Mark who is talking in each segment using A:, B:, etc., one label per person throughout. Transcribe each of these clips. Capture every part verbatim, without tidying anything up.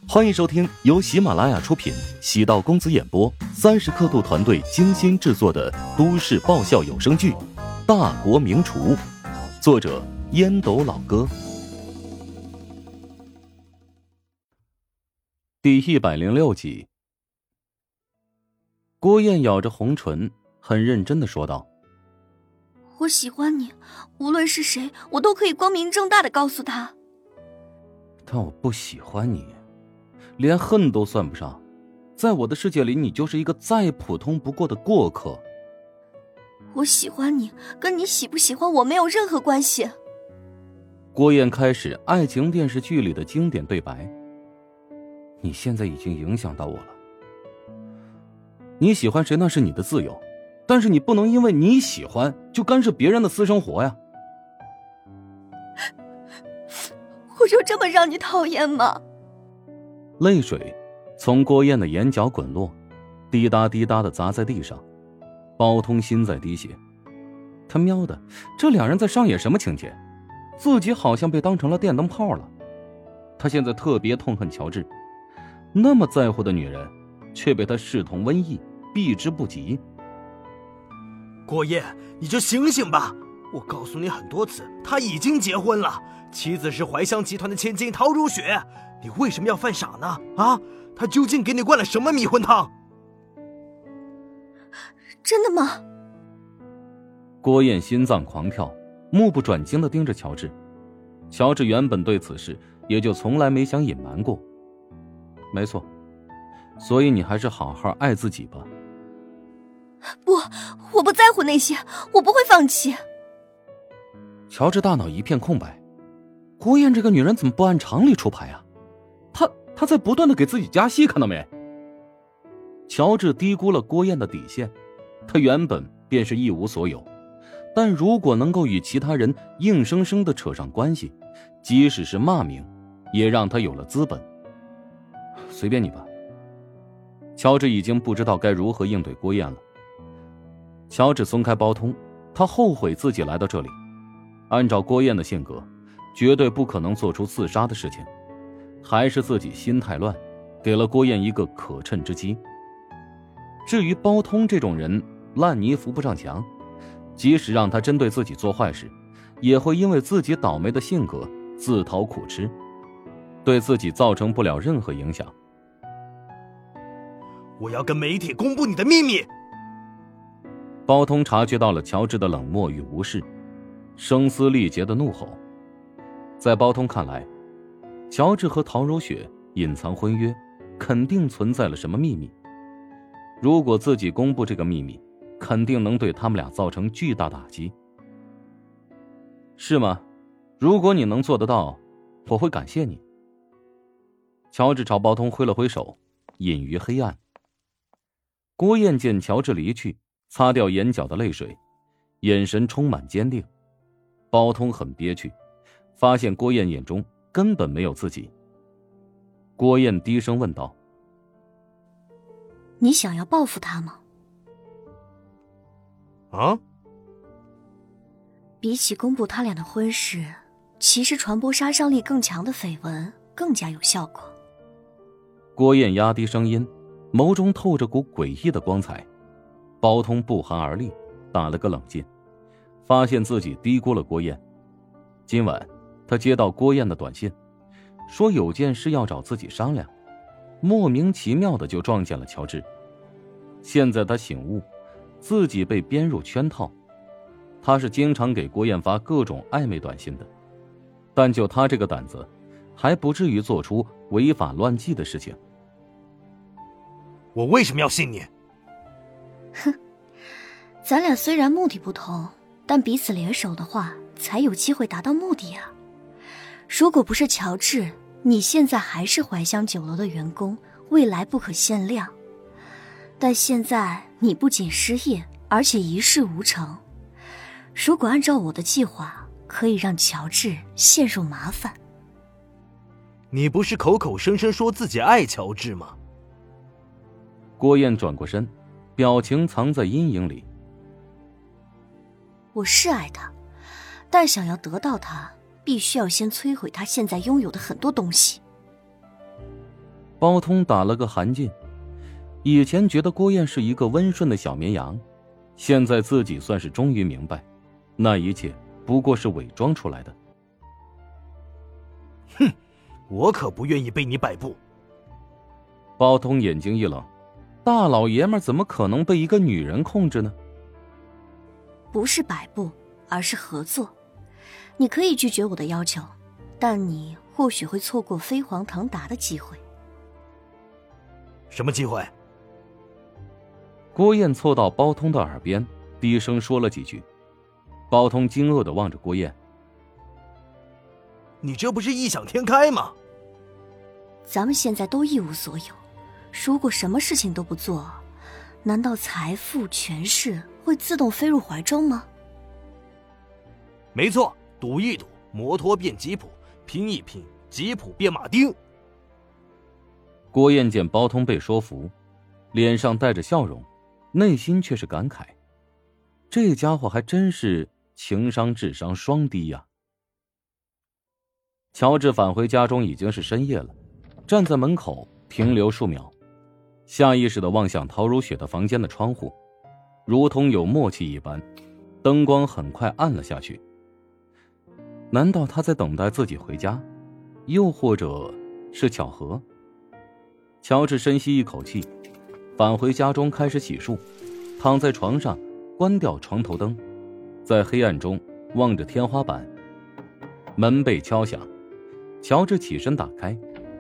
A: 欢迎收听由喜马拉雅出品，喜道公子演播，三十刻度团队精心制作的都市爆笑有声剧《大国名厨》，作者烟斗老哥。第一百零六集。郭燕咬着红唇，很认真地说道：
B: 我喜欢你，无论是谁，我都可以光明正大地告诉他。
A: 但我不喜欢你，连恨都算不上，在我的世界里，你就是一个再普通不过的过客。
B: 我喜欢你，跟你喜不喜欢我没有任何关系。
A: 郭燕开始爱情电视剧里的经典对白：你现在已经影响到我了，你喜欢谁那是你的自由，但是你不能因为你喜欢就干涉别人的私生活呀。
B: 我就这么让你讨厌吗？
A: 泪水从郭燕的眼角滚落，滴答滴答地砸在地上。包通心在滴血，他喵的，这两人在上演什么情节？自己好像被当成了电灯泡了。他现在特别痛恨乔治，那么在乎的女人，却被他视同瘟疫，避之不及。
C: 郭燕，你就醒醒吧！我告诉你很多次，他已经结婚了，妻子是怀香集团的千金陶如雪，你为什么要犯傻呢？啊，他究竟给你灌了什么迷魂汤？
B: 真的吗？
A: 郭燕心脏狂跳，目不转睛地盯着乔治。乔治原本对此事也就从来没想隐瞒过。没错，所以你还是好好爱自己吧。
B: 不，我不在乎那些，我不会放弃。
A: 乔治大脑一片空白，郭燕这个女人怎么不按常理出牌啊？她她在不断地给自己加戏，看到没？乔治低估了郭燕的底线，他原本便是一无所有，但如果能够与其他人硬生生地扯上关系，即使是骂名，也让他有了资本。随便你吧。乔治已经不知道该如何应对郭燕了。乔治松开包通，他后悔自己来到这里。按照郭燕的性格，绝对不可能做出自杀的事情，还是自己心太乱，给了郭燕一个可趁之机。至于包通这种人，烂泥扶不上墙，即使让他针对自己做坏事，也会因为自己倒霉的性格自讨苦吃，对自己造成不了任何影响。
C: 我要跟媒体公布你的秘密。
A: 包通察觉到了乔治的冷漠与无视，声嘶力竭的怒吼。在包通看来，乔治和陶如雪隐藏婚约，肯定存在了什么秘密。如果自己公布这个秘密，肯定能对他们俩造成巨大打击。是吗？如果你能做得到，我会感谢你。乔治朝包通挥了挥手，隐于黑暗。郭燕见乔治离去，擦掉眼角的泪水，眼神充满坚定。包通很憋屈，发现郭燕眼中根本没有自己。郭燕低声问道：
B: 你想要报复他吗？
C: 啊？
B: 比起公布他俩的婚事，其实传播杀伤力更强的绯闻更加有效果。
A: 郭燕压低声音，眸中透着股诡异的光彩。包通不寒而栗，打了个冷噤，发现自己低估了郭燕。今晚他接到郭燕的短信，说有件事要找自己商量，莫名其妙的就撞见了乔治。现在他醒悟，自己被编入圈套。他是经常给郭燕发各种暧昧短信的，但就他这个胆子，还不至于做出违法乱纪的事情。
C: 我为什么要信你？
B: 哼，咱俩虽然目的不同，但彼此联手的话，才有机会达到目的啊。如果不是乔治，你现在还是怀香酒楼的员工，未来不可限量。但现在你不仅失业，而且一事无成。如果按照我的计划，可以让乔治陷入麻烦。
C: 你不是口口声声说自己爱乔治吗？
A: 郭燕转过身，表情藏在阴影里。
B: 我是爱他，但想要得到他，必须要先摧毁他现在拥有的很多东西。
A: 包通打了个寒噤，以前觉得郭燕是一个温顺的小绵羊，现在自己算是终于明白，那一切不过是伪装出来的。
C: 哼，我可不愿意被你摆布。
A: 包通眼睛一冷，大老爷们怎么可能被一个女人控制呢？
B: 不是摆布，而是合作。你可以拒绝我的要求，但你或许会错过飞黄腾达的机会。
C: 什么机会？
A: 郭燕凑到包通的耳边低声说了几句。包通惊愕地望着郭燕，
C: 你这不是异想天开吗？
B: 咱们现在都一无所有，如果什么事情都不做，难道财富权势会自动飞入怀中吗？
C: 没错，赌一赌，摩托变吉普，拼一拼，吉普变马丁。
A: 郭燕见包通被说服，脸上带着笑容，内心却是感慨，这家伙还真是情商智商双低呀。乔治返回家中已经是深夜了，站在门口停留数秒，下意识地望向陶如雪的房间的窗户，如同有默契一般，灯光很快暗了下去。难道他在等待自己回家，又或者是巧合？乔治深吸一口气，返回家中开始洗漱，躺在床上关掉床头灯，在黑暗中望着天花板。门被敲响，乔治起身打开。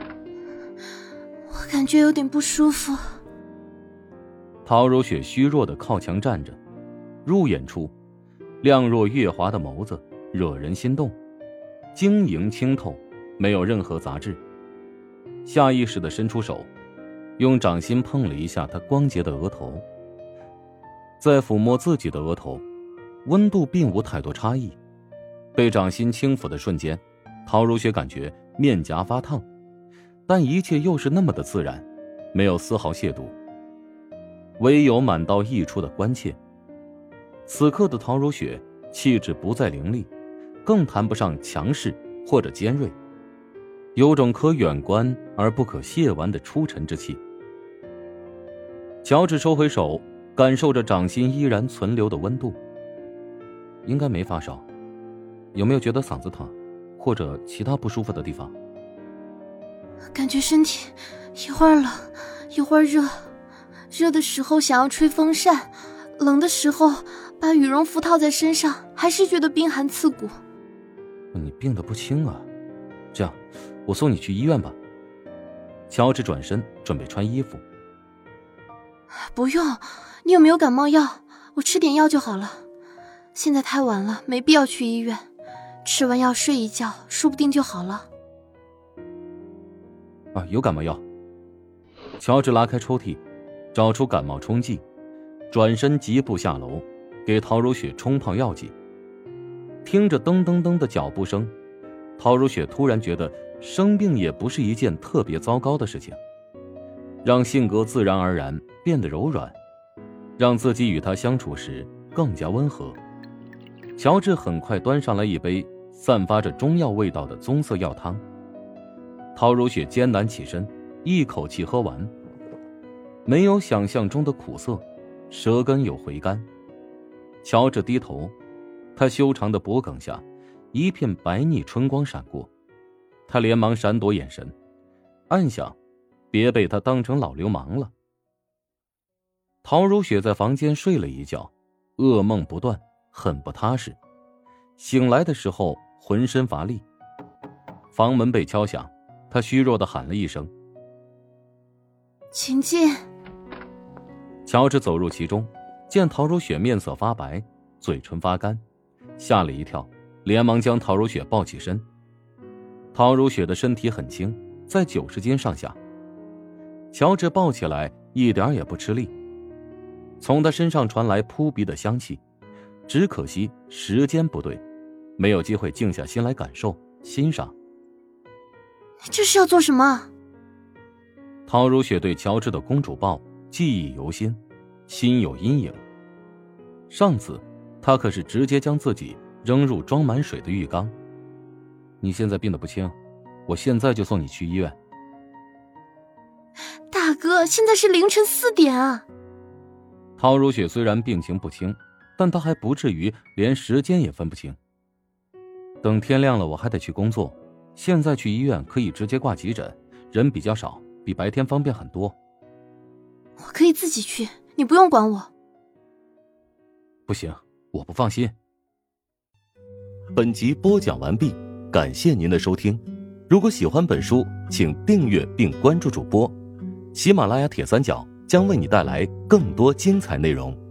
D: 我感觉有点不舒服。
A: 陶如雪虚弱地靠墙站着，入眼处亮若月华的眸子惹人心动，晶莹清透，没有任何杂质。下意识地伸出手，用掌心碰了一下她光洁的额头。在抚摸自己的额头，温度并无太多差异。被掌心轻抚的瞬间，陶如雪感觉面颊发烫，但一切又是那么的自然，没有丝毫亵渎，唯有满到溢出的关切。此刻的陶如雪气质不再凌厉，更谈不上强势或者尖锐，有种可远观而不可亵玩的出尘之气。乔治收回手，感受着掌心依然存留的温度。应该没发烧，有没有觉得嗓子疼或者其他不舒服的地方？
D: 感觉身体一会儿冷一会儿热，热的时候想要吹风扇，冷的时候把羽绒服套在身上，还是觉得冰寒刺骨。
A: 你病得不轻啊，这样我送你去医院吧。乔治转身准备穿衣服。
D: 不用，你有没有感冒药？我吃点药就好了。现在太晚了，没必要去医院，吃完药睡一觉，说不定就好了。
A: 啊，有感冒药。乔治拉开抽屉，找出感冒冲剂，转身疾步下楼，给陶如雪冲泡药剂。听着噔噔噔的脚步声，陶如雪突然觉得生病也不是一件特别糟糕的事情，让性格自然而然变得柔软，让自己与他相处时更加温和。乔治很快端上来一杯散发着中药味道的棕色药汤。陶如雪艰难起身，一口气喝完，没有想象中的苦涩，舌根有回甘。乔治低头，他修长的脖颈下一片白腻春光闪过，他连忙闪躲眼神，暗想别被他当成老流氓了。陶如雪在房间睡了一觉，噩梦不断，很不踏实。醒来的时候浑身乏力，房门被敲响，他虚弱地喊了一声：“
D: 请进。”
A: 乔治走入其中，见陶如雪面色发白，嘴唇发干，吓了一跳，连忙将陶如雪抱起身。陶如雪的身体很轻，在九十斤上下。乔治抱起来一点也不吃力，从他身上传来扑鼻的香气，只可惜时间不对，没有机会静下心来感受欣赏。
D: 你这是要做什么？
A: 陶如雪对乔治的公主抱记忆犹新，心有阴影。上次他可是直接将自己扔入装满水的浴缸。你现在病得不轻，我现在就送你去医院。
D: 哥，现在是凌晨四点啊！
A: 陶如雪虽然病情不轻，但她还不至于连时间也分不清。等天亮了我还得去工作，现在去医院可以直接挂急诊，人比较少，比白天方便很多。
D: 我可以自己去，你不用管我。
A: 不行，我不放心。
E: 本集播讲完毕，感谢您的收听。如果喜欢本书，请订阅并关注主播。喜马拉雅铁三角将为你带来更多精彩内容。